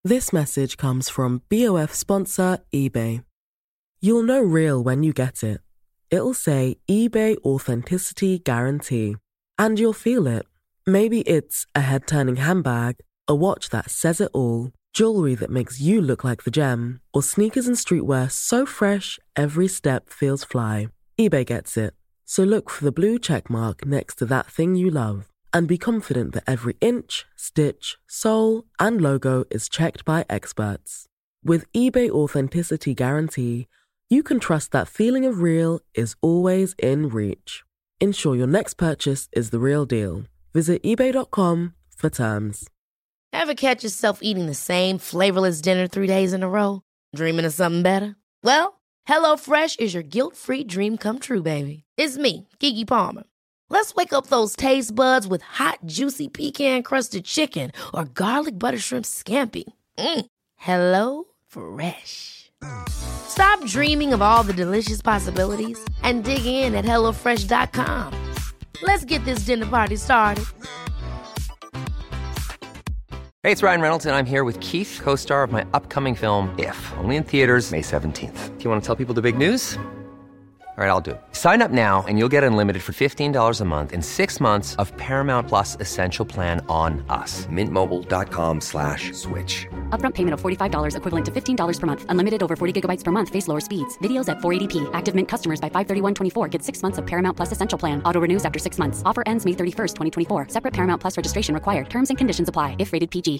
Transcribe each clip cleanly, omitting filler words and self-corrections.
This message comes from BOF sponsor eBay. You'll know real when you get it. It'll say eBay Authenticity Guarantee. And you'll feel it. Maybe it's a head-turning handbag, a watch that says it all, jewelry that makes you look like the gem, or sneakers and streetwear so fresh every step feels fly. eBay gets it. So look for the blue check mark next to that thing you love and be confident that every inch, stitch, sole, and logo is checked by experts. With eBay Authenticity Guarantee, you can trust that feeling of real is always in reach. Ensure your next purchase is the real deal. Visit ebay.com for terms. Ever catch yourself eating the same flavorless dinner 3 days in a row? Dreaming of something better? Well, HelloFresh is your guilt-free dream come true, baby. It's me, Keke Palmer. Let's wake up those taste buds with hot, juicy pecan-crusted chicken or garlic butter shrimp scampi. Hello Fresh. Stop dreaming of all the delicious possibilities and dig in at HelloFresh.com. Let's get this dinner party started. Hey, it's Ryan Reynolds, and I'm here with Keith, co-star of my upcoming film, If, only in theaters May 17th. Do you want to tell people the big news? All right, I'll do it. Sign up now and you'll get unlimited for $15 a month and 6 months of Paramount Plus Essential Plan on us. MintMobile.com/switch. Upfront payment of $45 equivalent to $15 per month. Unlimited over 40 gigabytes per month. Face lower speeds. Videos at 480p. Active Mint customers by 531.24 get 6 months of Paramount Plus Essential Plan. Auto renews after 6 months. Offer ends May 31st, 2024. Separate Paramount Plus registration required. Terms and conditions apply if rated PG.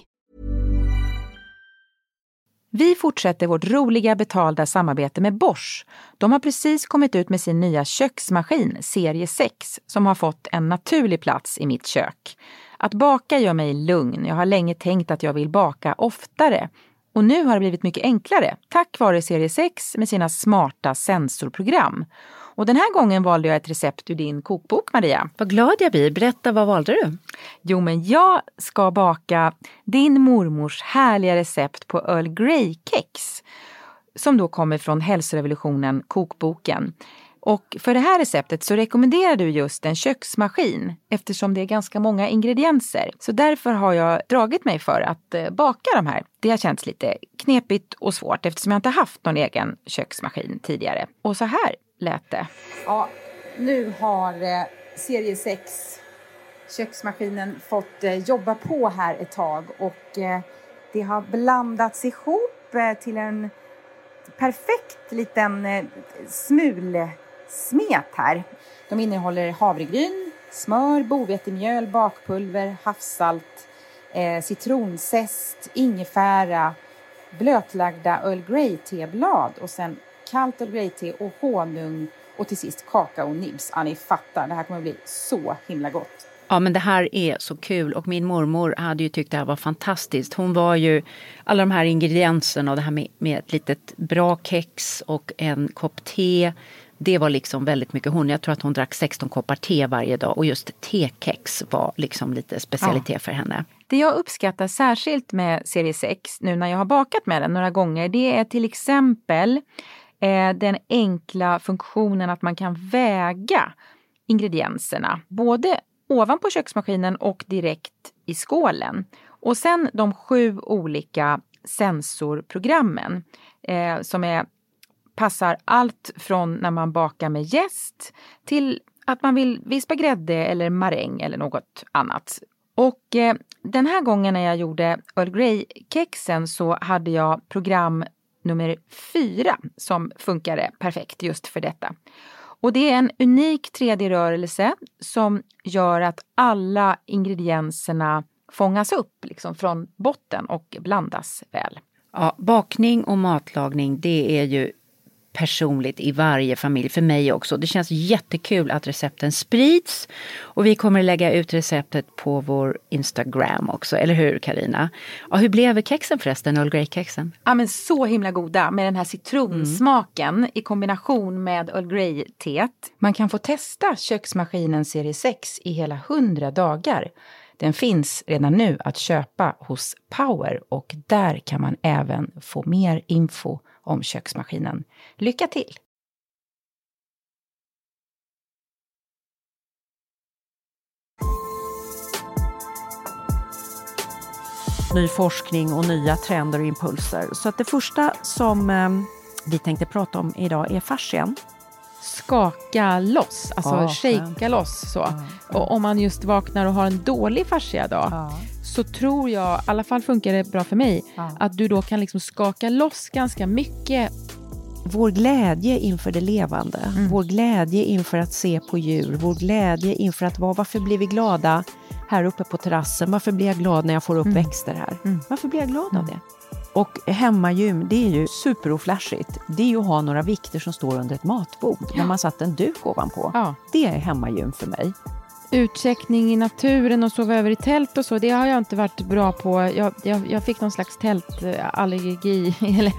Vi fortsätter vårt roliga betalda samarbete med Bosch. De har precis kommit ut med sin nya köksmaskin, serie 6, som har fått en naturlig plats i mitt kök. Att baka gör mig lugn. Jag har länge tänkt att jag vill baka oftare. Och nu har det blivit mycket enklare, tack vare serie 6 med sina smarta sensorprogram. Och den här gången valde jag ett recept ur din kokbok, Maria. Vad glad jag blir. Berätta, vad valde du? Jo, men jag ska baka din mormors härliga recept på Earl Grey-kex. Som då kommer från Hälsorevolutionen, kokboken. Och för det här receptet så rekommenderar du just en köksmaskin eftersom det är ganska många ingredienser. Så därför har jag dragit mig för att baka de här. Det har känts lite knepigt och svårt eftersom jag inte haft någon egen köksmaskin tidigare. Och så här lät det. Ja, nu har serie 6 köksmaskinen fått jobba på här ett tag och det har blandats ihop till en perfekt liten smulsmet här. De innehåller havregryn, smör, bovetemjöl, bakpulver, havssalt, citronzest, ingefära, blötlagda Earl Grey teblad och sen kallt Earl Grey te och honung och till sist kakaonibs. Ja, ni fattar, det här kommer bli så himla gott. Ja, men det här är så kul och min mormor hade ju tyckt det här var fantastiskt. Hon var ju alla de här ingredienserna och det här med ett litet bra kex och en kopp te. Det var liksom väldigt mycket hon. Jag tror att hon drack 16 koppar te varje dag och just tekex var liksom lite specialitet för henne. Det jag uppskattar särskilt med serie 6 nu när jag har bakat med den några gånger, det är till exempel den enkla funktionen att man kan väga ingredienserna. Både ovanpå köksmaskinen och direkt i skålen. Och sen de 7 olika sensorprogrammen som passar allt från när man bakar med jäst till att man vill vispa grädde eller maräng eller något annat. Och den här gången när jag gjorde Earl Grey-kexen så hade jag program nummer 4 som funkade perfekt just för detta. Och det är en unik 3D-rörelse som gör att alla ingredienserna fångas upp liksom från botten och blandas väl. Ja, bakning och matlagning, det är ju personligt i varje familj, för mig också. Det känns jättekul att recepten sprids och vi kommer att lägga ut receptet på vår Instagram också, eller hur Carina? Ja, hur blev kexen förresten, Earl Grey-kexen? Ja, men så himla goda med den här citronsmaken i kombination med Earl Grey-teet. Man kan få testa köksmaskinen serie 6 i hela 100 dagar. Den finns redan nu att köpa hos Power och där kan man även få mer info om köksmaskinen. Lycka till! ny forskning och nya trender och impulser. Så att det första som vi tänkte prata om idag är fascian. Skaka loss, alltså shakea loss så. Och om man just vaknar och har en dålig fascia då, så tror jag, i alla fall funkar det bra för mig, att du då kan liksom skaka loss ganska mycket. Vår glädje inför det levande, vår glädje inför att se på djur, vår glädje inför att varför blir vi glada här uppe på terrassen, varför blir jag glad när jag får upp växter här, varför blir jag glad av det? Och hemmagym, det är ju superoflashigt. Det är ju att ha några vikter som står under ett matbord när man satt en duk ovanpå. Ja. Det är hemmagym för mig. Utcheckning i naturen och sova över i tält och så, det har jag inte varit bra på. Jag fick någon slags tältallergi.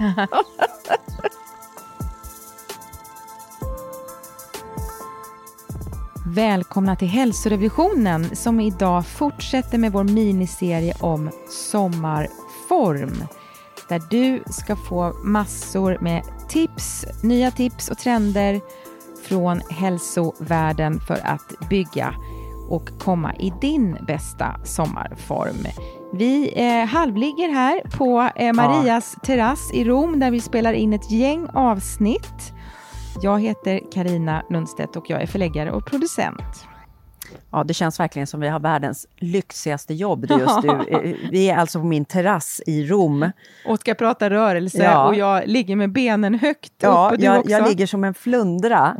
Välkomna till hälsorevolutionen som idag fortsätter med vår miniserie om sommarform. Där du ska få massor med tips, nya tips och trender från hälsovärlden för att bygga och komma i din bästa sommarform. Vi halvligger här på Marias terrass i Rom där vi spelar in ett gäng avsnitt. Jag heter Carina Lundstedt och jag är förläggare och producent. Ja, det känns verkligen som vi har världens lyxigaste jobb just nu. Vi är alltså på min terrass i Rom. Och ska prata rörelse och jag ligger med benen högt upp. Ja, och du också. Jag ligger som en flundra.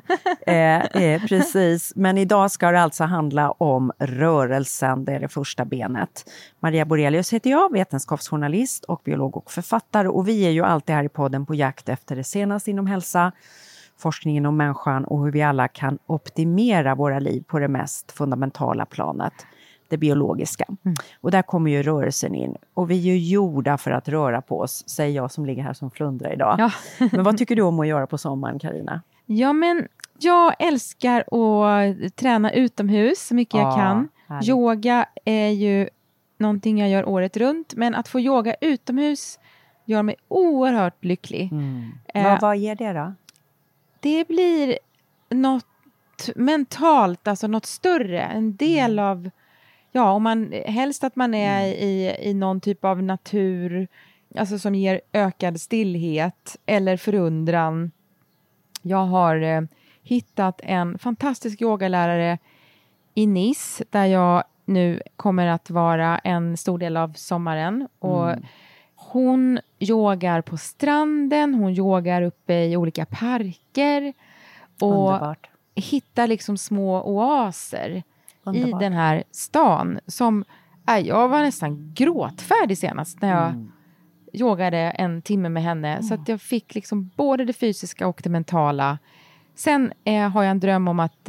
Precis, men idag ska det alltså handla om rörelsen, det är det första benet. Maria Borelius heter jag, vetenskapsjournalist och biolog och författare. Och vi är ju alltid här i podden på jakt efter det senaste inom hälsa, forskningen om människan och hur vi alla kan optimera våra liv på det mest fundamentala planet, det biologiska. Och där kommer ju rörelsen in. Och vi är ju gjorda för att röra på oss, säger jag som ligger här som flundra idag. Ja. Men vad tycker du om att göra på sommaren, Carina? Ja, men jag älskar att träna utomhus så mycket jag kan. Härligt. Yoga är ju någonting jag gör året runt, men att få yoga utomhus gör mig oerhört lycklig. Vad ger det då? Det blir något mentalt, alltså något större. En del av, om man helst att man är i någon typ av natur, alltså som ger ökad stillhet eller förundran. Jag har hittat en fantastisk yogalärare i Nice där jag nu kommer att vara en stor del av sommaren. Och hon yogar på stranden, hon yogar uppe i olika parker och hittar liksom små oaser i den här stan som jag var nästan gråtfärdig senast när jag yogade en timme med henne. Så att jag fick liksom både det fysiska och det mentala. Sen har jag en dröm om att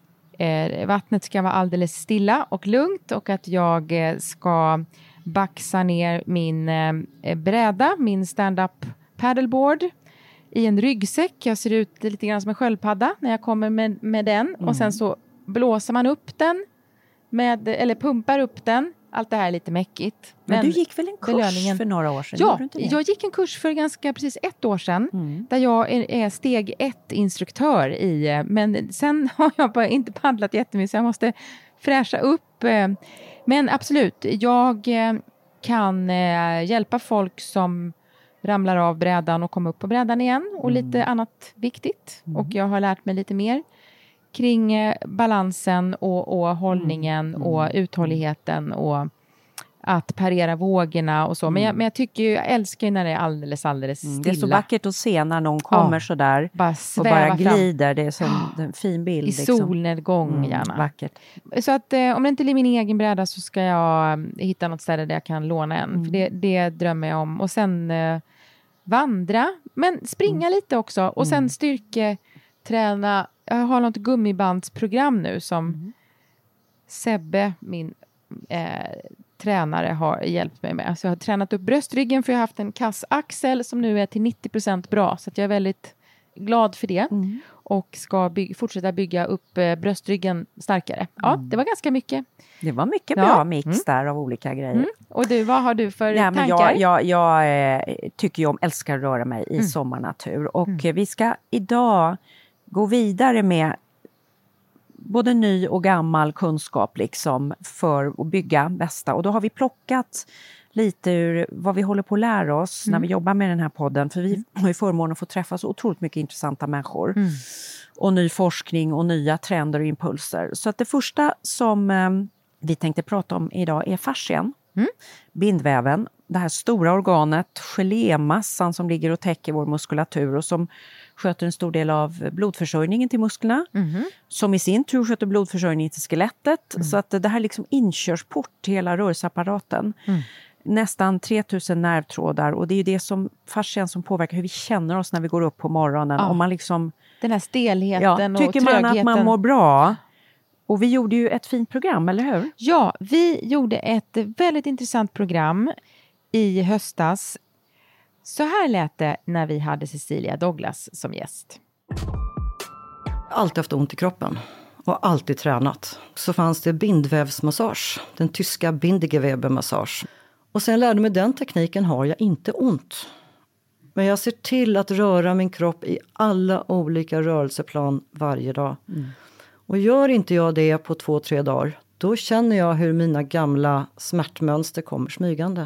vattnet ska vara alldeles stilla och lugnt och att jag ska baxa ner min bräda, min stand-up paddleboard i en ryggsäck. Jag ser ut lite grann som en sköldpadda när jag kommer med den. Och sen så blåser man upp den eller pumpar upp den. Allt det här är lite mäckigt. Men du gick väl en kurs för några år sedan? Ja, jag gick en kurs för ganska precis 1 år sedan. Där jag är steg 1 instruktör i. Men sen har jag bara inte paddlat jättemycket så jag måste fräscha upp. Men absolut, jag kan hjälpa folk som ramlar av brädan och kommer upp på brädan igen. Och lite annat viktigt. Och jag har lärt mig lite mer kring balansen och hållningen och uthålligheten och att parera vågorna och så. Men jag tycker ju, jag älskar ju när det är alldeles stilla. Det är så vackert att se när någon kommer sådär och bara glider. Det är så en fin bild. I solnedgång gärna. Vackert. Så att om det inte är min egen bräda så ska jag hitta något ställe där jag kan låna en. För det drömmer jag om. Och sen vandra. Men springa lite också. Och sen styrketräna. Jag har något gummibandsprogram nu som Sebbe, min tränare, har hjälpt mig med. Så jag har tränat upp bröstryggen för jag har haft en kassaxel som nu är till 90% bra. Så att jag är väldigt glad för det. Och ska fortsätta bygga upp bröstryggen starkare. Ja, det var ganska mycket. Det var mycket bra mix där av olika grejer. Och du, vad har du för tankar? Jag tycker ju älskar att röra mig i sommarnatur. Och vi ska idag gå vidare med både ny och gammal kunskap liksom för att bygga bästa. Och då har vi plockat lite ur vad vi håller på att lära oss när vi jobbar med den här podden. För vi har ju förmånen att få träffa så otroligt mycket intressanta människor. Och ny forskning och nya trender och impulser. Så att det första som vi tänkte prata om idag är fascian. Bindväven, det här stora organet, gelémassan som ligger och täcker vår muskulatur och som sköter en stor del av blodförsörjningen till musklerna. Som i sin tur sköter blodförsörjningen till skelettet. Så att det här är liksom inkörsport till hela rörelseapparaten. Nästan 3000 nervtrådar och det är ju det som fascian som påverkar hur vi känner oss när vi går upp på morgonen. Om man liksom, den här stelheten och tycker trögheten. man att man mår bra. Och vi gjorde ju ett fint program, eller hur? Ja, vi gjorde ett väldigt intressant program i höstas. Så här lät det när vi hade Cecilia Douglas som gäst. Alltid haft ont i kroppen och alltid tränat. Så fanns det bindvävsmassage, den tyska Bindegewebe-massage. Och sen lärde mig den tekniken har jag inte ont. Men jag ser till att röra min kropp i alla olika rörelseplan varje dag. Och gör inte jag det på 2-3 dagar, då känner jag hur mina gamla smärtmönster kommer smygande.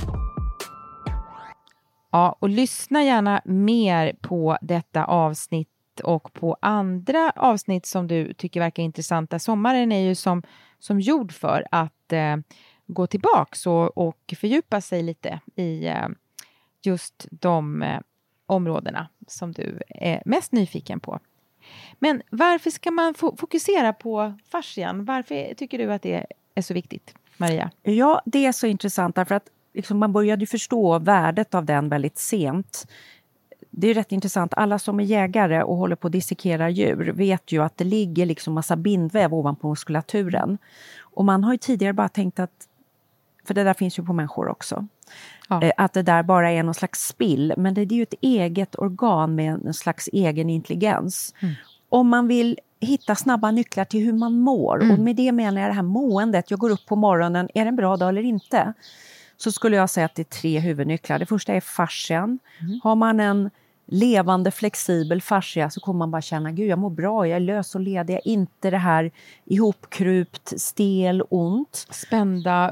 Ja, och lyssna gärna mer på detta avsnitt och på andra avsnitt som du tycker verkar intressanta. Sommaren är ju som gjord för att gå tillbaks och fördjupa sig lite i just de områdena som du är mest nyfiken på. Men varför ska man fokusera på fascian? Varför tycker du att det är så viktigt, Maria? Ja, det är så intressant därför att liksom man började förstå värdet av den väldigt sent. Det är rätt intressant. Alla som är jägare och håller på att dissekera djur vet ju att det ligger liksom massa bindväv ovanpå muskulaturen. Och man har ju tidigare bara tänkt att, för det där finns ju på människor också, att det där bara är någon slags spill. Men det är ju ett eget organ med en slags egen intelligens. Om man vill hitta snabba nycklar till hur man mår, och med det menar jag det här måendet, jag går upp på morgonen, är det en bra dag eller inte? Så skulle jag säga att det är 3 huvudnycklar. Det första är fascian. Har man en levande, flexibel fascia så kommer man bara känna, gud jag mår bra, jag är lös och ledig, jag är inte det här ihopkrupt, stel, ont. Spända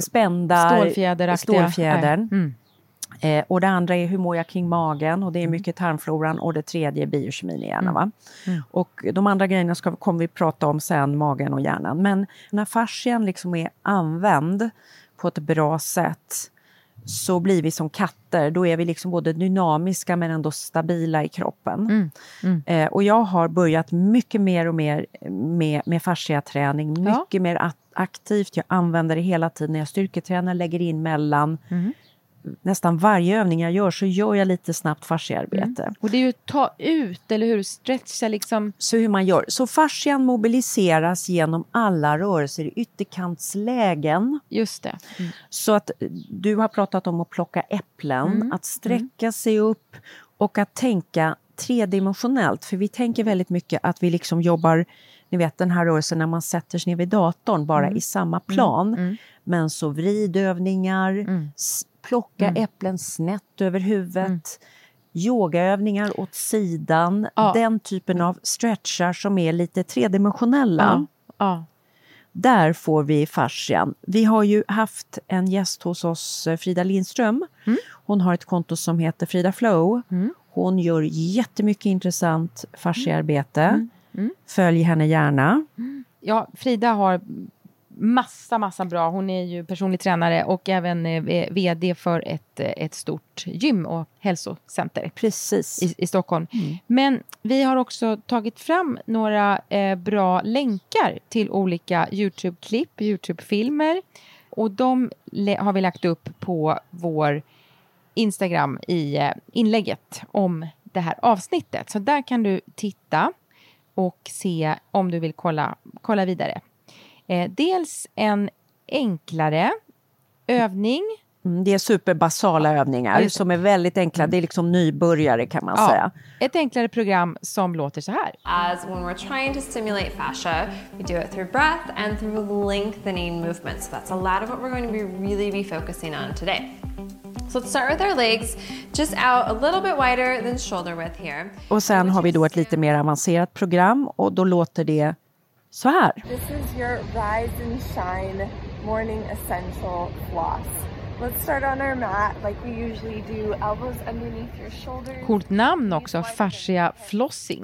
stålfjädern. Och det andra är hur mår jag kring magen, och det är mycket tarmfloran, och det tredje är biokemin i hjärnan. Va? Och de andra grejerna kommer vi prata om sen, magen och hjärnan. Men när fascian liksom är använd på ett bra sätt så blir vi som katter. Då är vi liksom både dynamiska men ändå stabila i kroppen. Och jag har börjat mycket mer och mer med fasciaträning. Mycket mer aktivt. Jag använder det hela tiden när jag styrketränar, lägger in mellan. Nästan varje övning jag gör så gör jag lite snabbt fasciaarbete. Och det är ju ta ut, eller hur? Stretcha liksom. Så hur man gör. Så fascian mobiliseras genom alla rörelser i ytterkantslägen. Just det. Så att du har pratat om att plocka äpplen, att sträcka sig upp och att tänka tredimensionellt. För vi tänker väldigt mycket att vi liksom jobbar, ni vet den här rörelsen när man sätter sig ner vid datorn bara i samma plan. Men så vridövningar, plocka äpplen snett över huvudet, yogaövningar åt sidan, den typen av stretchar som är lite tredimensionella. Där får vi fascian. Vi har ju haft en gäst hos oss, Frida Lindström. Hon har ett konto som heter Frida Flow. Hon gör jättemycket intressant fasciaarbete. Följ henne gärna. Ja, Frida har massa bra. Hon är ju personlig tränare och även vd för ett stort gym och hälsocenter. Precis. I Stockholm. Men vi har också tagit fram några bra länkar till olika YouTube-klipp, YouTube-filmer. Och de har vi lagt upp på vår Instagram i inlägget om det här avsnittet. Så där kan du titta och se om du vill kolla vidare. Dels en enklare övning. Det är superbasala övningar som är väldigt enkla. Det är liksom nybörjare kan man säga. Ett enklare program som låter så här. As when we're trying to stimulate fascia, we do it through breath and through lengthening movements. So that's a lot of what we're going to really be focusing on today. So let's start with our legs, just out a little bit wider than shoulder width here. Och sen har vi då ett lite mer avancerat program och då låter det så här. This is your Rise and Shine Morning Essential Floss. Let's start on our mat like we usually do. Elbows underneath your shoulders. Coolt namn också, fascia flossing.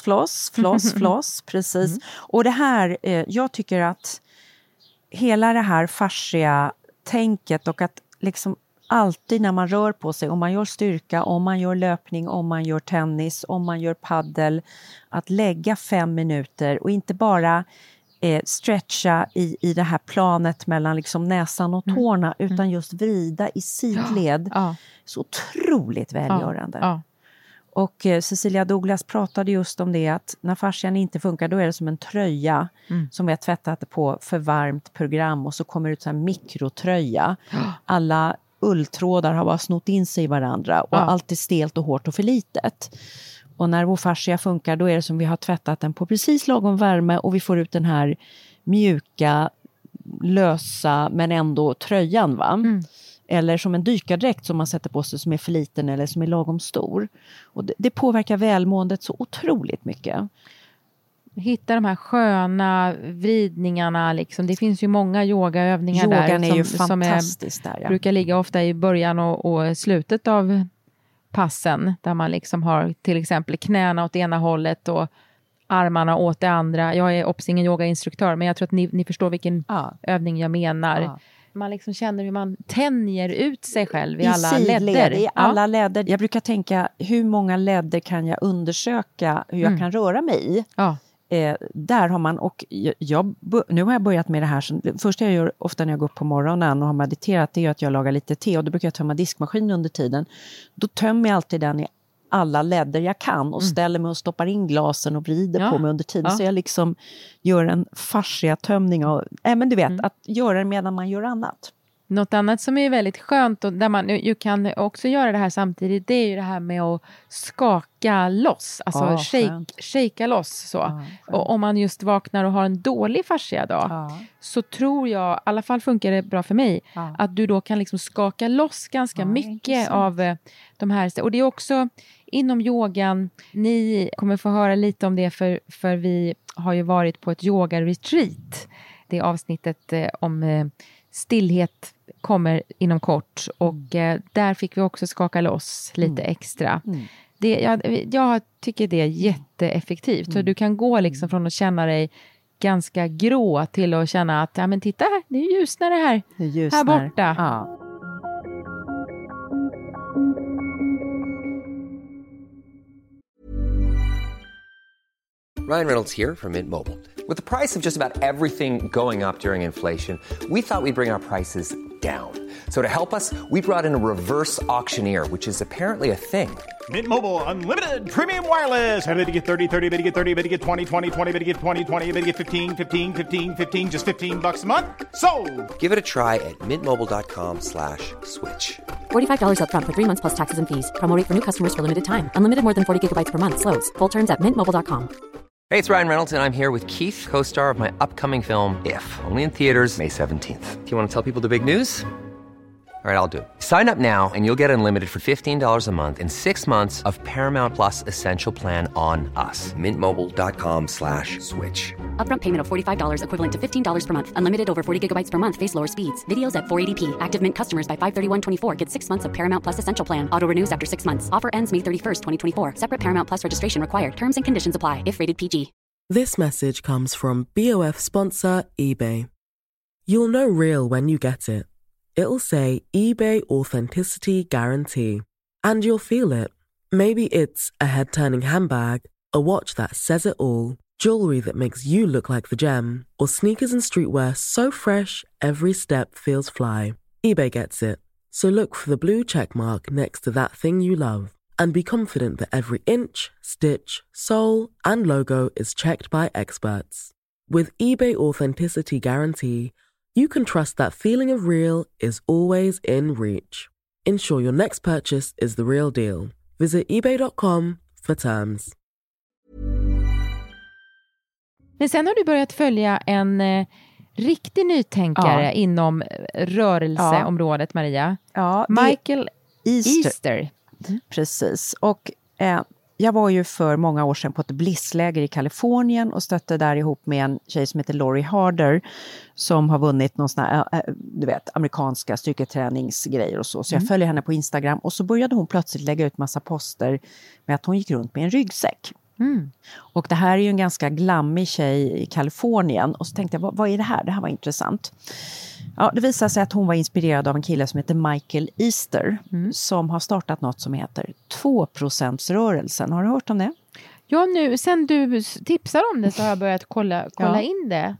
Floss, precis. Och det här, jag tycker att hela det här fascia-tänket och att liksom alltid när man rör på sig, om man gör styrka, om man gör löpning, om man gör tennis, om man gör paddel, att lägga 5 minuter och inte bara stretcha i det här planet mellan liksom näsan och tårna utan just vrida i sidled. Så otroligt välgörande. Och Cecilia Douglas pratade just om det, att när fascian inte funkar då är det som en tröja som vi har tvättat på för varmt program och så kommer det ut så här mikrotröja. Alla ulltrådar har bara snott in sig i varandra och allt är stelt och hårt och för litet. Och när vår fascia funkar då är det som vi har tvättat den på precis lagom värme och vi får ut den här mjuka, lösa men ändå tröjan va? Eller som en dykardräkt som man sätter på sig som är för liten eller som är lagom stor. Och det påverkar välmåendet så otroligt mycket. Hitta de här sköna vridningarna. Liksom. Det finns ju många yogaövningar där. Yogan är ju fantastiskt där. Ja. Brukar ligga ofta i början och slutet av passen. Där man liksom har till exempel knäna åt ena hållet och armarna åt det andra. Jag är ingen yogainstruktör men jag tror att ni förstår vilken övning jag menar. Man liksom känner hur man tänjer ut sig själv i alla ledder. I alla ledder. Jag brukar tänka, hur många ledder kan jag undersöka hur jag kan röra mig i? Där har man, och nu har jag börjat med det här. Det första jag gör ofta när jag går upp på morgonen och har mediterat, det är att jag lagar lite te. Och då brukar jag tömma diskmaskinen under tiden. Då tömmer jag alltid den i alla ledder jag kan och ställer mig och stoppar in glasen och vrider på mig under tiden. Så jag liksom gör en fascia-tömning av, men du vet, att göra det medan man gör annat. Något annat som är väldigt skönt och där man ju kan också göra det här samtidigt, det är ju det här med att skaka loss, alltså shakea loss så. Och om man just vaknar och har en dålig fascia då, så tror jag, i alla fall funkar det bra för mig, att du då kan liksom skaka loss ganska mycket av de här. Och det är också inom yogan, ni kommer få höra lite om det för vi har ju varit på ett yoga-retreat. Det avsnittet om stillhet kommer inom kort och där fick vi också skaka loss lite extra. Jag tycker det är jätteeffektivt. Så du kan gå liksom från att känna dig ganska grå till att känna att men titta här, det ljusnar det här. Här borta. Ja. Ryan Reynolds here from Mint Mobile. With the price of just about everything going up during inflation, we thought we'd bring our prices down. So to help us, we brought in a reverse auctioneer, which is apparently a thing. Mint Mobile Unlimited Premium Wireless. How to get 30, 30, bit to get 30, bit to get 20, 20, 20, bit to get 20, 20, bit to get 15, 15, 15, 15, just $15 a month? Sold! Give it a try at mintmobile.com/switch. $45 up front for 3 months plus taxes and fees. Promo rate for new customers for limited time. Unlimited more than 40 gigabytes per month. Slows full terms at mintmobile.com. Hey, it's Ryan Reynolds, and I'm here with Keith, co-star of my upcoming film, If, only in theaters May 17th. Do you want to tell people the big news? All right, I'll do it. Sign up now and you'll get unlimited for $15 a month and 6 months of Paramount Plus Essential Plan on us. mintmobile.com/switch. Upfront payment of $45 equivalent to $15 per month. Unlimited over 40 gigabytes per month. Face lower speeds. Videos at 480p. Active Mint customers by 531.24 get 6 months of Paramount Plus Essential Plan. Auto renews after 6 months. Offer ends May 31st, 2024. Separate Paramount Plus registration required. Terms and conditions apply if rated PG. This message comes from BOF sponsor eBay. You'll know real when you get it. It'll say eBay Authenticity Guarantee. And you'll feel it. Maybe it's a head-turning handbag, a watch that says it all, jewelry that makes you look like the gem, or sneakers and streetwear so fresh every step feels fly. eBay gets it. So look for the blue check mark next to that thing you love. And be confident that every inch, stitch, sole, and logo is checked by experts. With eBay Authenticity Guarantee, you can trust that feeling of real is always in reach. Ensure your next purchase is the real deal. Visit ebay.com for terms. Men sen har du börjat följa en riktig nytänkare inom rörelseområdet, Maria. Ja, Michael Easter. Precis. Och jag var ju för många år sedan på ett blissläger i Kalifornien och stötte där ihop med en tjej som heter Lori Harder som har vunnit någon sån här, du vet, amerikanska styrketräningsgrejer och så. Så jag följer henne på Instagram och så började hon plötsligt lägga ut massa poster med att hon gick runt med en ryggsäck. Och det här är ju en ganska glammig tjej i Kalifornien och så tänkte jag, vad är det här? Det här var intressant. Ja, det visade sig att hon var inspirerad av en kille som heter Michael Easter som har startat något som heter 2%-rörelsen. Har du hört om det? Ja, nu sen du tipsar om det så har jag börjat kolla in det.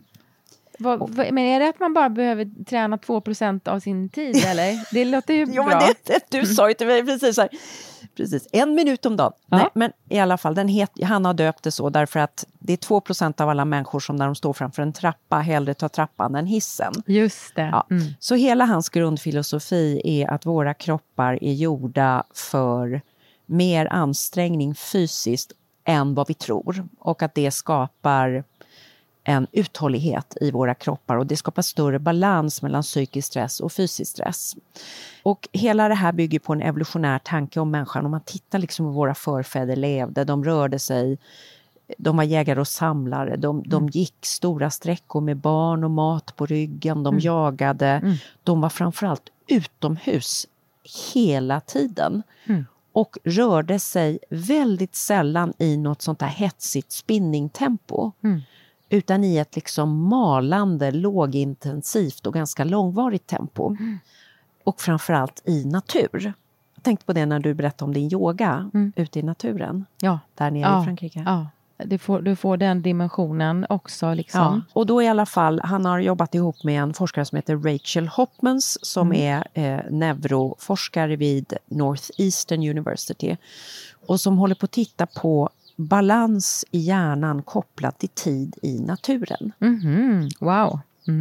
Men är det att man bara behöver träna 2% av sin tid, eller? Det låter ju bra. Men du sa ju till mig precis så här. Precis, 1 minut om dagen. Ja. Nej, men i alla fall, han har döpt det så därför att det är 2% av alla människor som när de står framför en trappa hellre tar trappan än hissen. Just det. Ja. Så hela hans grundfilosofi är att våra kroppar är gjorda för mer ansträngning fysiskt än vad vi tror. Och att det skapar en uthållighet i våra kroppar och det skapar större balans mellan psykisk stress och fysisk stress. Och hela det här bygger på en evolutionär tanke om människan. Om man tittar liksom hur våra förfäder levde, de rörde sig, de var jägare och samlare, de gick stora sträckor med barn och mat på ryggen, de jagade, de var framförallt utomhus hela tiden. Och rörde sig väldigt sällan i något sånt här hetsigt spinningtempo. Utan i ett liksom malande, lågintensivt och ganska långvarigt tempo. Och framförallt i natur. Jag tänkte på det när du berättade om din yoga ute i naturen. Ja. Där nere i Frankrike. Ja, du får den dimensionen också. Liksom. Ja. Och då i alla fall, han har jobbat ihop med en forskare som heter Rachel Hopmans. Som är neuroforskare vid Northeastern University. Och som håller på att titta på balans i hjärnan kopplat till tid i naturen. Wow.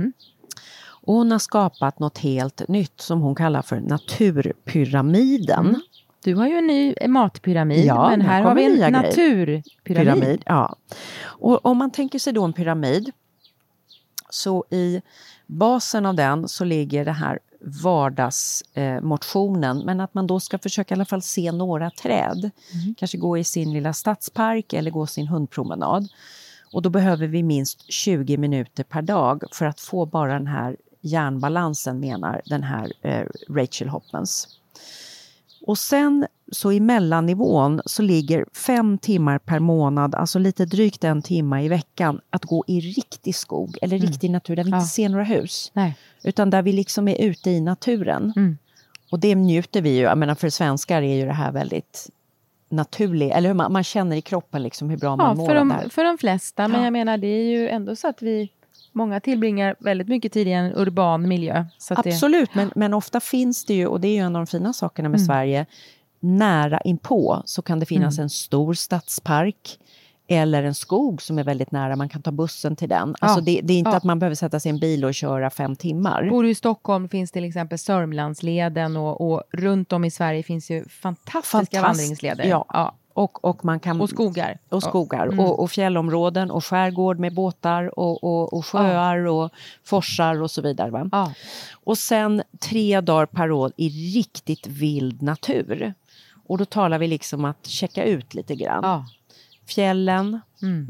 Och hon har skapat något helt nytt som hon kallar för naturpyramiden. Du har ju en ny matpyramid, men här har vi en naturpyramid. Ja. Och om man tänker sig då en pyramid så i basen av den så ligger det här vardagsmotionen, men att man då ska försöka i alla fall se några träd. Kanske gå i sin lilla stadspark eller gå sin hundpromenad. Och då behöver vi minst 20 minuter per dag för att få bara den här hjärnbalansen, menar den här Rachel Hopmans. Och sen så i mellannivån så ligger 5 timmar per månad, alltså lite drygt 1 timme i veckan, att gå i riktig skog eller riktig natur där vi inte ser några hus. Nej. Utan där vi liksom är ute i naturen. Och det njuter vi ju, jag menar för svenskar är ju det här väldigt naturligt, eller hur man känner i kroppen liksom hur bra man mår där. För de flesta, men jag menar det är ju ändå så att många tillbringar väldigt mycket tid i en urban miljö. Så att absolut, men ofta finns det ju, och det är ju en av de fina sakerna med Sverige, nära inpå så kan det finnas en stor stadspark eller en skog som är väldigt nära, man kan ta bussen till den. Alltså det är inte att man behöver sätta sig i en bil och köra 5 timmar. Bor du i Stockholm finns till exempel Sörmlandsleden och runt om i Sverige finns ju fantastiska vandringsleder. Ja. Och man kan, och skogar. Och skogar. Och fjällområden och skärgård med båtar och sjöar och forsar och så vidare. Va? Ja. Och sen 3 dagar per år i riktigt vild natur. Och då talar vi liksom att checka ut lite grann. Ja. Fjällen,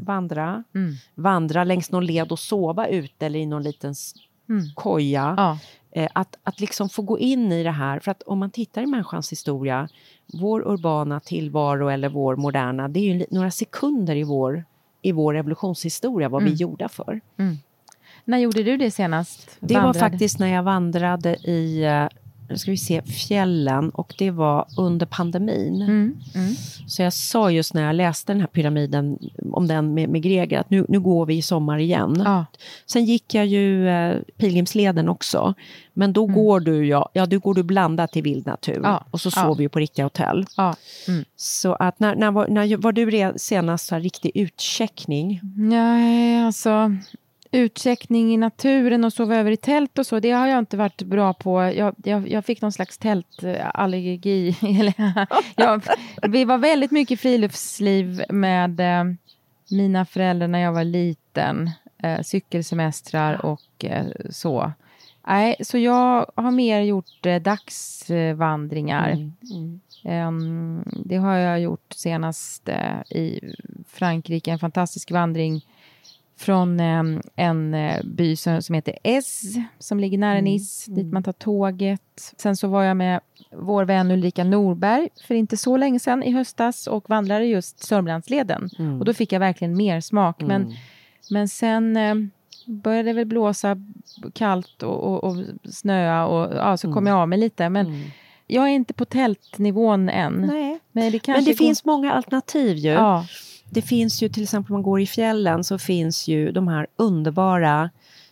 vandra längs någon led och sova ute eller i någon liten koja. Ja. Att liksom få gå in i det här, för att om man tittar i människans historia, vår urbana tillvaro eller vår moderna, det är ju några sekunder i vår evolutionshistoria vad vi är gjorda för. När gjorde du det senast? Det var faktiskt när jag vandrade i fjällen, och det var under pandemin. Så jag sa just när jag läste den här pyramiden om den med Greger att nu går vi i sommar igen. Sen gick jag ju pilgrimsleden också, men då går du går du blandat till vild natur och så sover vi på riktiga hotell. Så att när var du senast så här riktig utcheckning? Nej, alltså utcheckning i naturen och sova över i tält och så, det har jag inte varit bra på. Jag fick någon slags tältallergi. Vi var väldigt mycket friluftsliv med mina föräldrar när jag var liten. Cykelsemestrar och så. Nej, så jag har mer gjort dagsvandringar. Det har jag gjort senast i Frankrike. En fantastisk vandring från en by som heter Es, som ligger nära Nice, dit man tar tåget. Sen så var jag med vår vän Ulrika Norberg för inte så länge sedan i höstas och vandrade just Sörmlandsleden. Och då fick jag verkligen mer smak. Men sen började det väl blåsa kallt och snöa och så kom jag av mig lite. Men jag är inte på tältnivån än. Nej. Men det finns många alternativ ju. Ja. Det finns ju till exempel om man går i fjällen så finns ju de här underbara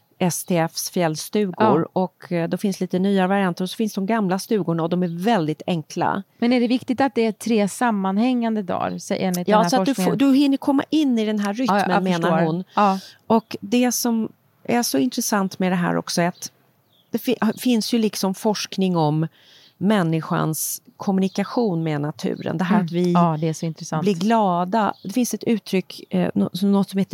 STFs fjällstugor och då finns lite nya varianter och så finns de gamla stugorna och de är väldigt enkla. Men är det viktigt att det är 3 sammanhängande dagar? Ja, så att du hinner komma in i den här rytmen menar hon. Ja. Och det som är så intressant med det här också är att det finns ju liksom forskning om människans kommunikation med naturen. Det här att vi det är så intressant. Blir glada. Det finns ett uttryck, något som heter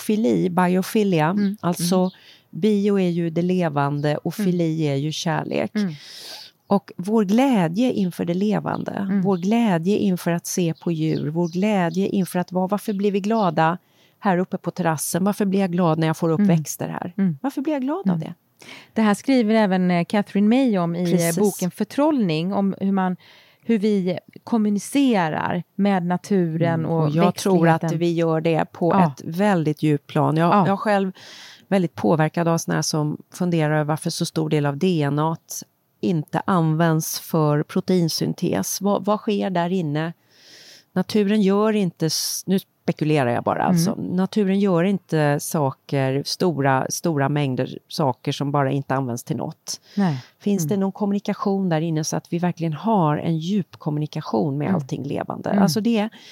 biofilia. Alltså bio är ju det levande och fili är ju kärlek. Och vår glädje inför det levande, vår glädje inför att se på djur, vår glädje inför att varför blir vi glada här uppe på terrassen? Varför blir jag glad när jag får upp växter här? Varför blir jag glad av det? Det här skriver även Catherine May om i boken Förtrollning, om hur vi kommunicerar med naturen och jag tror att vi gör det på ett väldigt djupt plan. Jag är själv väldigt påverkad av såna som funderar över varför så stor del av DNA inte används för proteinsyntes. Vad sker där inne? Naturen gör inte, nu spekulerar jag bara alltså, naturen gör inte saker, stora mängder saker som bara inte används till något. Nej. Finns det någon kommunikation där inne så att vi verkligen har en djup kommunikation med allting levande? Alltså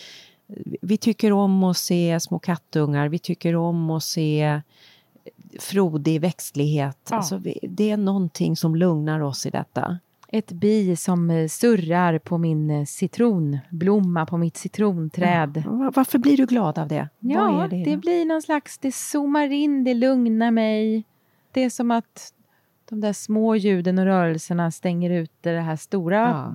vi tycker om att se små kattungar, vi tycker om att se frodig växtlighet. Alltså det är någonting som lugnar oss i detta. Ett bi som surrar på min citronblomma, på mitt citronträd. Varför blir du glad av det? Ja, vad är det blir någon slags, det zoomar in, det lugnar mig. Det är som att de där små ljuden och rörelserna stänger ut det här stora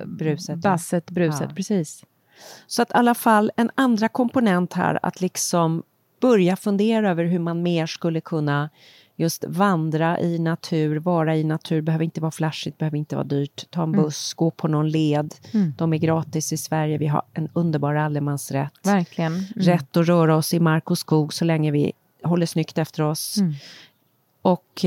bruset, precis. Så att i alla fall en andra komponent här, att liksom börja fundera över hur man mer skulle kunna just vandra i natur, vara i natur, behöver inte vara flashigt, behöver inte vara dyrt. Ta en buss, gå på någon led. De är gratis i Sverige, vi har en underbar allemansrätt. Verkligen. Rätt att röra oss i mark och skog så länge vi håller snyggt efter oss. Och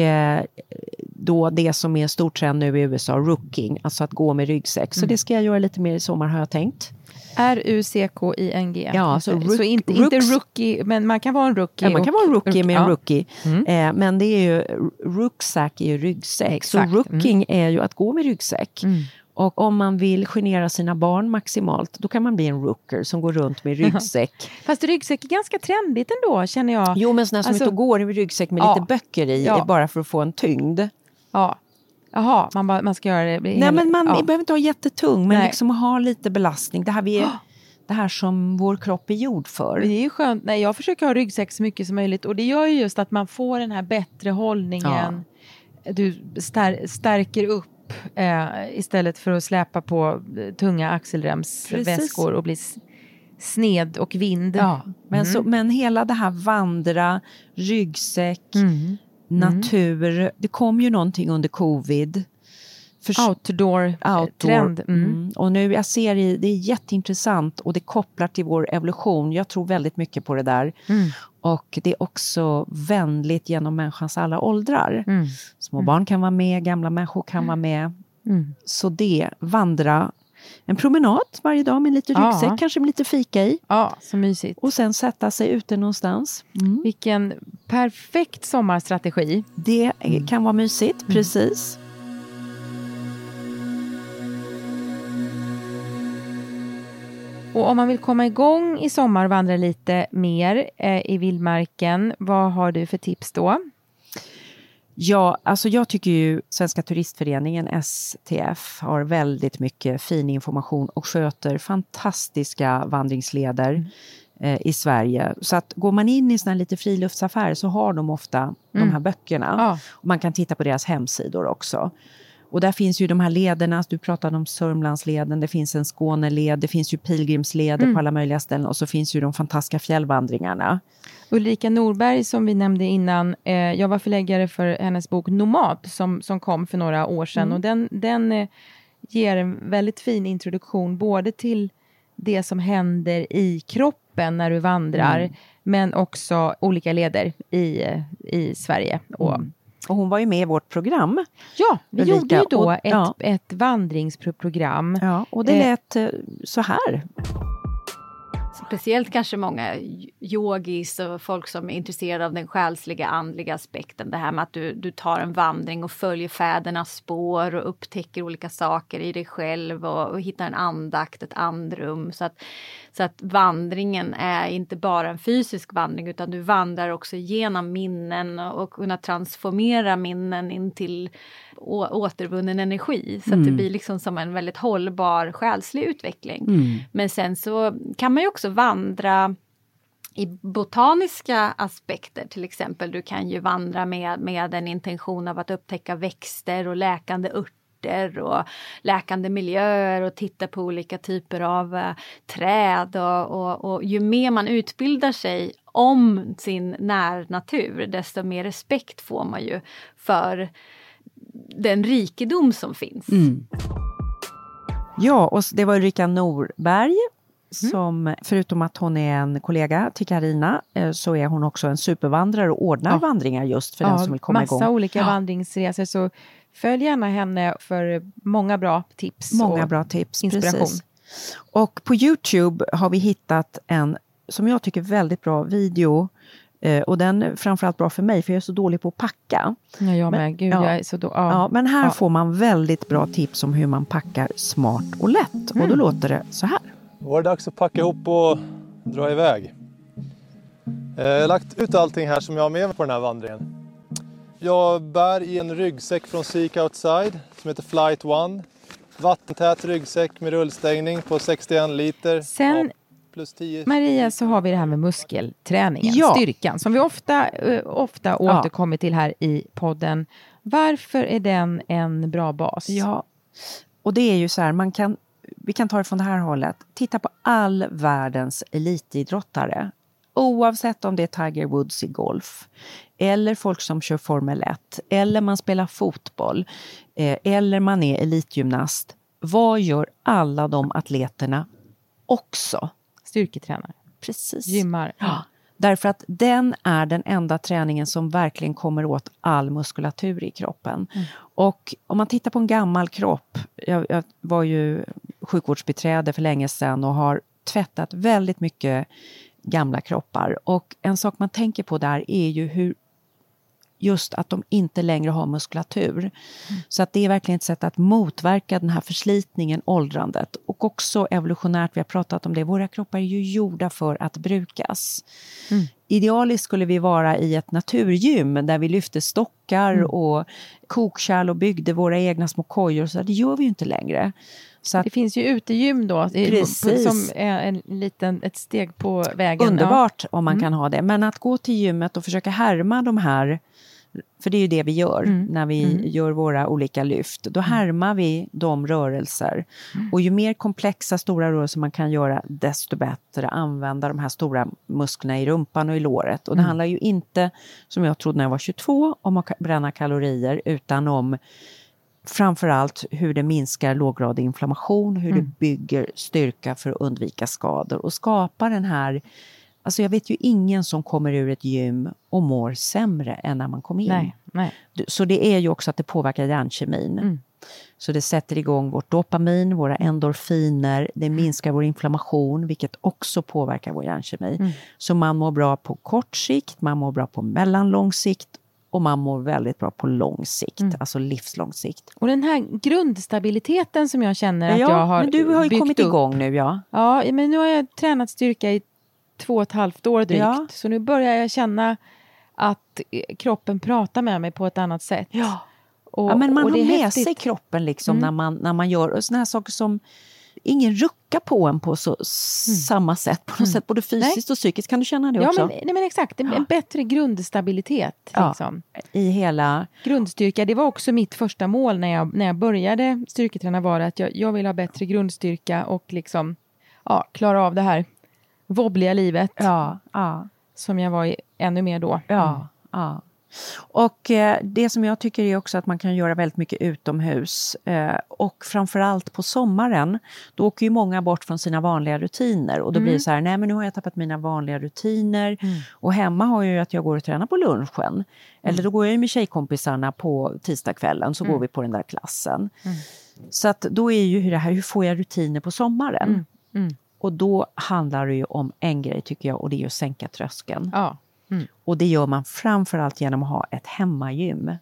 då det som är stort trend nu i USA, rooking, alltså att gå med ryggsäck. Så det ska jag göra lite mer i sommar har jag tänkt. R-U-C-K-I-N-G. Ja, så så inte rookie, men man kan vara en rookie. Ja, man kan vara en rookie med en rookie. Men det är ju, rucksack är ju ryggsäck. Exakt. Så rooking är ju att gå med ryggsäck. Och om man vill genera sina barn maximalt, då kan man bli en rooker som går runt med ryggsäck. Fast ryggsäck är ganska trendigt ändå, känner jag. Jo, men sådana som inte går med ryggsäck med lite böcker i, är bara för att få en tyngd. Ja. Jaha, man ska göra det. Nej, men man behöver inte ha jättetung, men liksom ha lite belastning. Det här som vår kropp är gjord för. Det är ju skönt. Nej, jag försöker ha ryggsäck så mycket som möjligt. Och det gör ju just att man får den här bättre hållningen. Du stärker upp istället för att släpa på tunga axelremsväskor och bli sned och vind. Ja, men hela det här vandra, ryggsäck, natur. Det kom ju någonting under covid. Outdoor-trend. Och nu jag ser det är jätteintressant och det kopplar till vår evolution. Jag tror väldigt mycket på det där. Och det är också vänligt genom människans alla åldrar. Små barn kan vara med, gamla människor kan vara med. Så det, vandra, en promenad varje dag med lite ryggsäck, kanske med lite fika i. Ja, så mysigt. Och sen sätta sig ute någonstans. Vilken perfekt sommarstrategi. Det kan vara mysigt, precis. Och om man vill komma igång i sommar och vandra lite mer i vildmarken, vad har du för tips då? Ja, alltså jag tycker ju Svenska turistföreningen STF har väldigt mycket fin information och sköter fantastiska vandringsleder i Sverige. Så att går man in i såna lite friluftsaffärer så har de ofta de här böckerna. Och man kan titta på deras hemsidor också. Och där finns ju de här lederna, du pratade om Sörmlandsleden, det finns en Skåneled, det finns ju pilgrimsleder på alla möjliga ställen och så finns ju de fantastiska fjällvandringarna. Ulrika Norberg som vi nämnde innan, jag var förläggare för hennes bok Nomad som kom för några år sedan och den ger en väldigt fin introduktion både till det som händer i kroppen när du vandrar men också olika leder i Sverige. Och hon var ju med i vårt program. Ja, vi Ulrika. gjorde ju då ett vandringsprogram. Ja, och det lät så här. Speciellt kanske många yogis och folk som är intresserade av den själsliga, andliga aspekten. Det här med att du tar en vandring och följer fädernas spår och upptäcker olika saker i dig själv och hittar en andakt, ett andrum. Så att vandringen är inte bara en fysisk vandring utan du vandrar också genom minnen och kunna transformera minnen in till återvunnen energi. Så att det blir liksom som en väldigt hållbar själslig utveckling. Men sen så kan man ju också vandra i botaniska aspekter. Till exempel du kan ju vandra med en intention av att upptäcka växter och läkande örter och läkande miljöer och titta på olika typer av träd och ju mer man utbildar sig om sin närnatur desto mer respekt får man ju för den rikedom som finns. Ja, och det var Ulrika Norberg som förutom att hon är en kollega till Carina så är hon också en supervandrare och ordnar vandringar just för den som vill komma igång. Massa olika vandringsresor så följ gärna henne för många bra tips. Många och bra tips, inspiration. precis. Och på YouTube har vi hittat en som jag tycker väldigt bra video. Och den är framförallt bra för mig för jag är så dålig på att packa. Ja, jag med. Gud, jag är så men här får man väldigt bra tips om hur man packar smart och lätt. Och då låter det så här. Då var det dags att packa ihop och dra iväg. Jag har lagt ut allting här som jag har med mig på den här vandringen. Jag bär i en ryggsäck från Seek Outside som heter Flight One. Vattentät ryggsäck med rullstängning på 61 liter. Sen plus 10. Maria så har vi det här med muskelträningen, styrkan som vi ofta återkommer till här i podden. Varför är den en bra bas? Ja, och det är ju så här, vi kan ta det från det här hållet. Titta på all världens elitidrottare. Oavsett om det är Tiger Woods i golf. Eller folk som kör Formel 1. Eller man spelar fotboll. Eller man är elitgymnast. Vad gör alla de atleterna också? Styrketränar. Precis. Gymmar. Ja. Därför att den är den enda träningen som verkligen kommer åt all muskulatur i kroppen. Och om man tittar på en gammal kropp. Jag var ju sjukvårdsbiträde för länge sedan och har tvättat väldigt mycket gamla kroppar. Och en sak man tänker på där är ju hur just att de inte längre har muskulatur. Så att det är verkligen ett sätt att motverka den här förslitningen, åldrandet. Och också evolutionärt, vi har pratat om det, våra kroppar är ju gjorda för att brukas. Idealiskt skulle vi vara i ett naturgym där vi lyfte stockar och kokkärl och byggde våra egna små kojor. Så det gör vi ju inte längre. Så att, det finns ju utegym då som är ett steg på vägen. Underbart om man kan ha det. Men att gå till gymmet och försöka härma de här, för det är ju det vi gör när vi gör våra olika lyft. Då härmar vi de rörelser. Och ju mer komplexa stora rörelser man kan göra desto bättre använda de här stora musklerna i rumpan och i låret. Och det handlar ju inte, som jag trodde när jag var 22, om att bränna kalorier utan om framförallt hur det minskar låggradig inflammation, hur det bygger styrka för att undvika skador och skapar den här, alltså jag vet ju ingen som kommer ur ett gym och mår sämre än när man kom in. Nej. Så det är ju också att det påverkar hjärnkemin. Så det sätter igång vårt dopamin, våra endorfiner, det minskar vår inflammation vilket också påverkar vår hjärnkemi. Så man mår bra på kort sikt, man mår bra på mellanlång sikt och man mår väldigt bra på lång sikt, alltså livslång sikt. Och den här grundstabiliteten som jag känner att jag har men du har ju kommit upp. Igång nu, Ja, men nu har jag tränat styrka i 2,5 år drygt. Ja. Så nu börjar jag känna att kroppen pratar med mig på ett annat sätt. Ja, men man har med sig kroppen liksom när man gör såna här saker som ingen rucka på en på samma sätt. På något sätt, både fysiskt och psykiskt. Kan du känna det också? Men exakt. En bättre grundstabilitet. Liksom. I hela... Grundstyrka. Det var också mitt första mål när jag började styrketräna. Var att jag vill ha bättre grundstyrka. Och liksom klara av det här wobbliga livet. Som jag var i ännu mer då. Och det som jag tycker är också att man kan göra väldigt mycket utomhus. Och framförallt på sommaren. Då åker ju många bort från sina vanliga rutiner. Och då blir det så här, nej men nu har jag tappat mina vanliga rutiner. Och hemma har jag ju att jag går och tränar på lunchen. Eller då går jag ju med tjejkompisarna på tisdagskvällen. Så går vi på den där klassen. Så att då är ju det här, hur får jag rutiner på sommaren? Och då handlar det ju om en grej tycker jag. Och det är ju att sänka tröskeln. Och det gör man framförallt genom att ha ett hemmagym.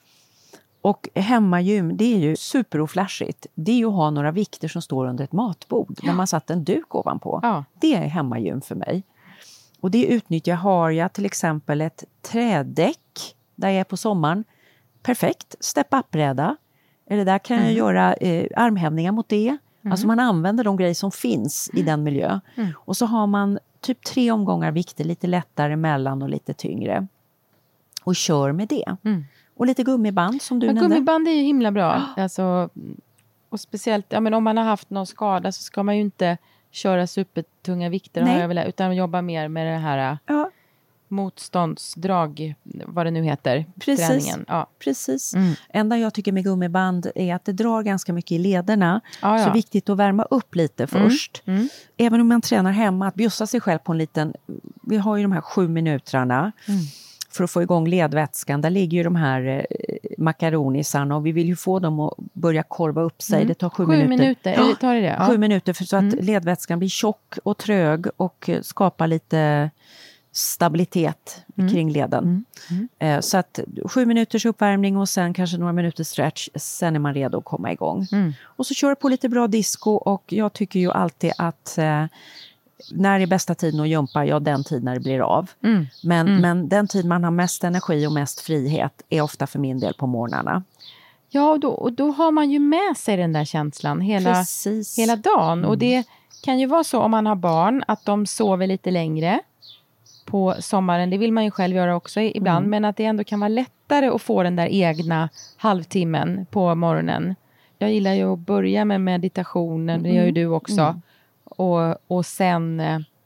Och hemmagym, det är ju superoflashigt. Det är ju att ha några vikter som står under ett matbord. Där man satt en duk ovanpå. Det är hemmagym för mig. Och det har jag till exempel ett trädäck där jag är på sommaren. Perfekt, step-up-bräda. Eller där kan jag göra armhävningar mot det. Alltså man använder de grejer som finns i den miljö. Och så har man typ 3 omgångar vikter, lite lättare mellan och lite tyngre. Och kör med det. Och lite gummiband som du nämnde. Gummiband är ju himla bra. Alltså, och speciellt om man har haft någon skada så ska man ju inte köra supertunga vikter. Utan jobba mer med det här motståndsdrag, vad det nu heter. Träningen. Precis. Enda jag tycker med gummiband är att det drar ganska mycket i lederna. Så viktigt att värma upp lite först. Även om man tränar hemma, att bjussa sig själv på en liten... Vi har ju de här 7 minuterna för att få igång ledvätskan. Där ligger ju de här makaronisarna och vi vill ju få dem att börja korva upp sig. Det tar 7 minuter. 7 minuter? Eller tar det? 7 minuter så att ledvätskan blir tjock och trög och skapar lite... stabilitet kring leden. Så att 7 minuters uppvärmning och sen kanske några minuters stretch. Sen är man redo att komma igång. Och så kör på lite bra disco och jag tycker ju alltid att när är bästa tiden att jumpa? Den tid när det blir av. Men den tid man har mest energi och mest frihet är ofta för min del på morgnarna. Ja, och då har man ju med sig den där känslan hela dagen. Och det kan ju vara så om man har barn att de sover lite längre på sommaren. Det vill man ju själv göra också ibland. Men att det ändå kan vara lättare att få den där egna halvtimmen på morgonen. Jag gillar ju att börja med meditationen. Det gör ju du också. Och sen,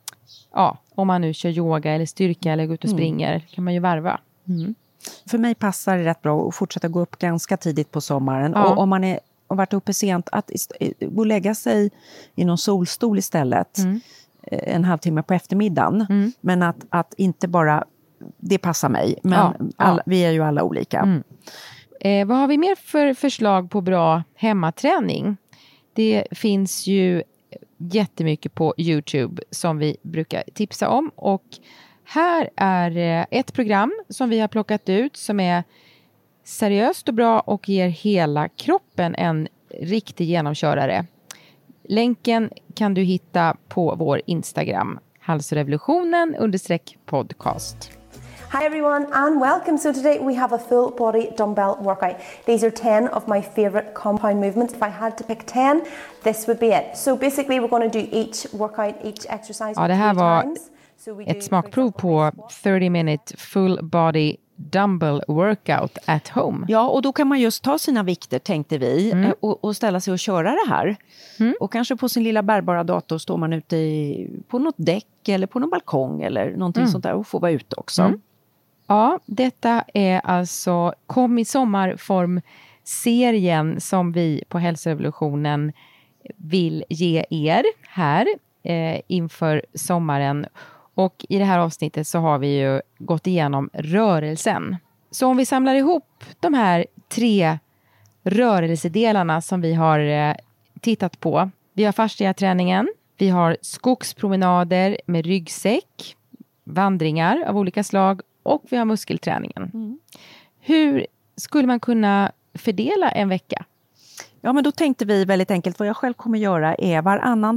om man nu kör yoga eller styrka eller går ut och springer, kan man ju varva. För mig passar det rätt bra att fortsätta gå upp ganska tidigt på sommaren. Och om man har varit uppe sent, att gå och lägga sig i någon solstol istället. En halvtimme på eftermiddagen. Men att inte bara, det passar mig. Men vi är ju alla olika. Vad har vi mer för förslag på bra hemmaträning? Det finns ju jättemycket på YouTube som vi brukar tipsa om. Och här är ett program som vi har plockat ut som är seriöst och bra och ger hela kroppen en riktig genomkörare. Länken kan du hitta på vår Instagram, halsrevolutionen_podcast. Hi everyone and welcome. So today we have a full body dumbbell workout. These are 10 of my favorite compound movements. If I had to pick 10, this would be it. So basically we're going to do each workout, each exercise. Ja, det här var ett smakprov på 30-minute full body dumbbell workout at home. Ja, och då kan man just ta sina vikter, tänkte vi, och ställa sig och köra det här. Och kanske på sin lilla bärbara dator står man ute på något däck eller på någon balkong eller någonting sånt där och får vara ute också. Ja, detta är alltså Kom i sommarform-serien som vi på Hälsorevolutionen vill ge er här inför sommaren. Och i det här avsnittet så har vi ju gått igenom rörelsen. Så om vi samlar ihop de här 3 rörelsedelarna som vi har tittat på. Vi har fasciaträningen, vi har skogspromenader med ryggsäck, vandringar av olika slag och vi har muskelträningen. Hur skulle man kunna fördela en vecka? Ja, men då tänkte vi väldigt enkelt, vad jag själv kommer göra är varannan dag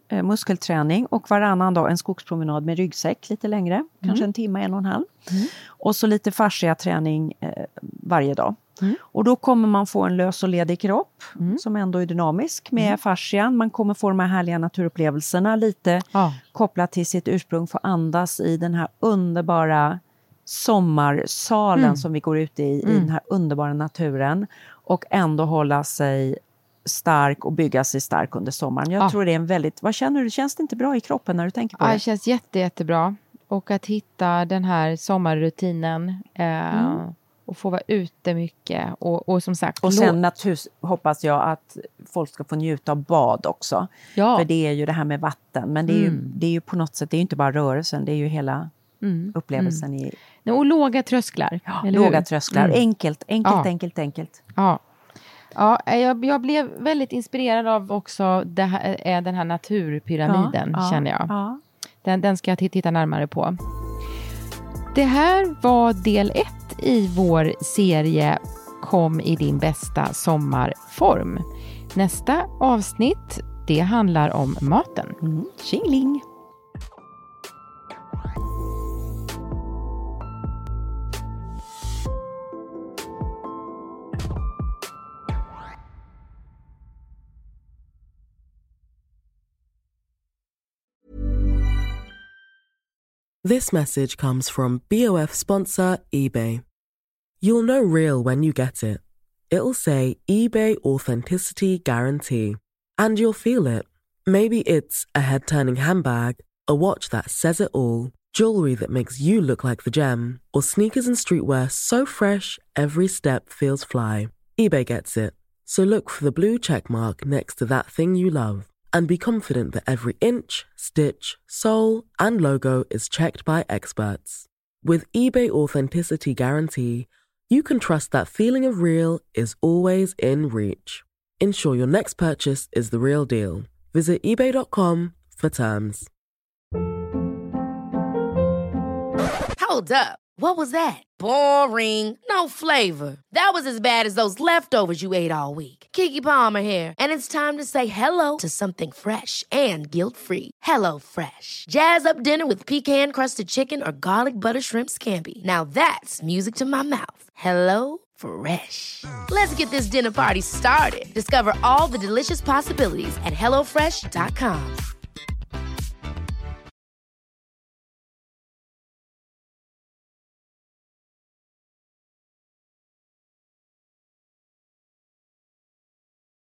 muskelträning och varannan dag en skogspromenad med ryggsäck lite längre, kanske en timme, 1,5. Och så lite fascia-träning varje dag. Och då kommer man få en lös och ledig kropp som ändå är dynamisk med fascian. Man kommer få de här härliga naturupplevelserna lite kopplat till sitt ursprung, få andas i den här underbara sommarsalen som vi går ut i den här underbara naturen och ändå hålla sig stark och bygga sig stark under sommaren. Jag tror det är en väldigt... Vad känner du? Känns det inte bra i kroppen när du tänker på det? Det känns jättebra. Och att hitta den här sommarrutinen och få vara ute mycket. Och som sagt... Och sen hoppas jag att folk ska få njuta av bad också. Ja. För det är ju det här med vatten. Men det är ju på något sätt, det är ju inte bara rörelsen, det är ju hela upplevelsen i... Och låga trösklar. Ja, låga trösklar. Enkelt. Ja, jag blev väldigt inspirerad av också den här naturpyramiden, känner jag. Ja. Den ska jag titta närmare på. Det här var del 1 i vår serie Kom i din bästa sommarform. Nästa avsnitt, det handlar om maten. Tjingling! This message comes from BOF sponsor eBay. You'll know real when you get it. It'll say eBay Authenticity Guarantee. And you'll feel it. Maybe it's a head-turning handbag, a watch that says it all, jewelry that makes you look like the gem, or sneakers and streetwear so fresh every step feels fly. eBay gets it. So look for the blue check mark next to that thing you love. And be confident that every inch, stitch, sole, and logo is checked by experts. With eBay Authenticity Guarantee, you can trust that feeling of real is always in reach. Ensure your next purchase is the real deal. Visit ebay.com for terms. Hold up. What was that? Boring. No flavor. That was as bad as those leftovers you ate all week. Keke Palmer here, and it's time to say hello to something fresh and guilt-free. Hello Fresh. Jazz up dinner with pecan-crusted chicken or garlic butter shrimp scampi. Now that's music to my mouth. Hello Fresh. Let's get this dinner party started. Discover all the delicious possibilities at hellofresh.com.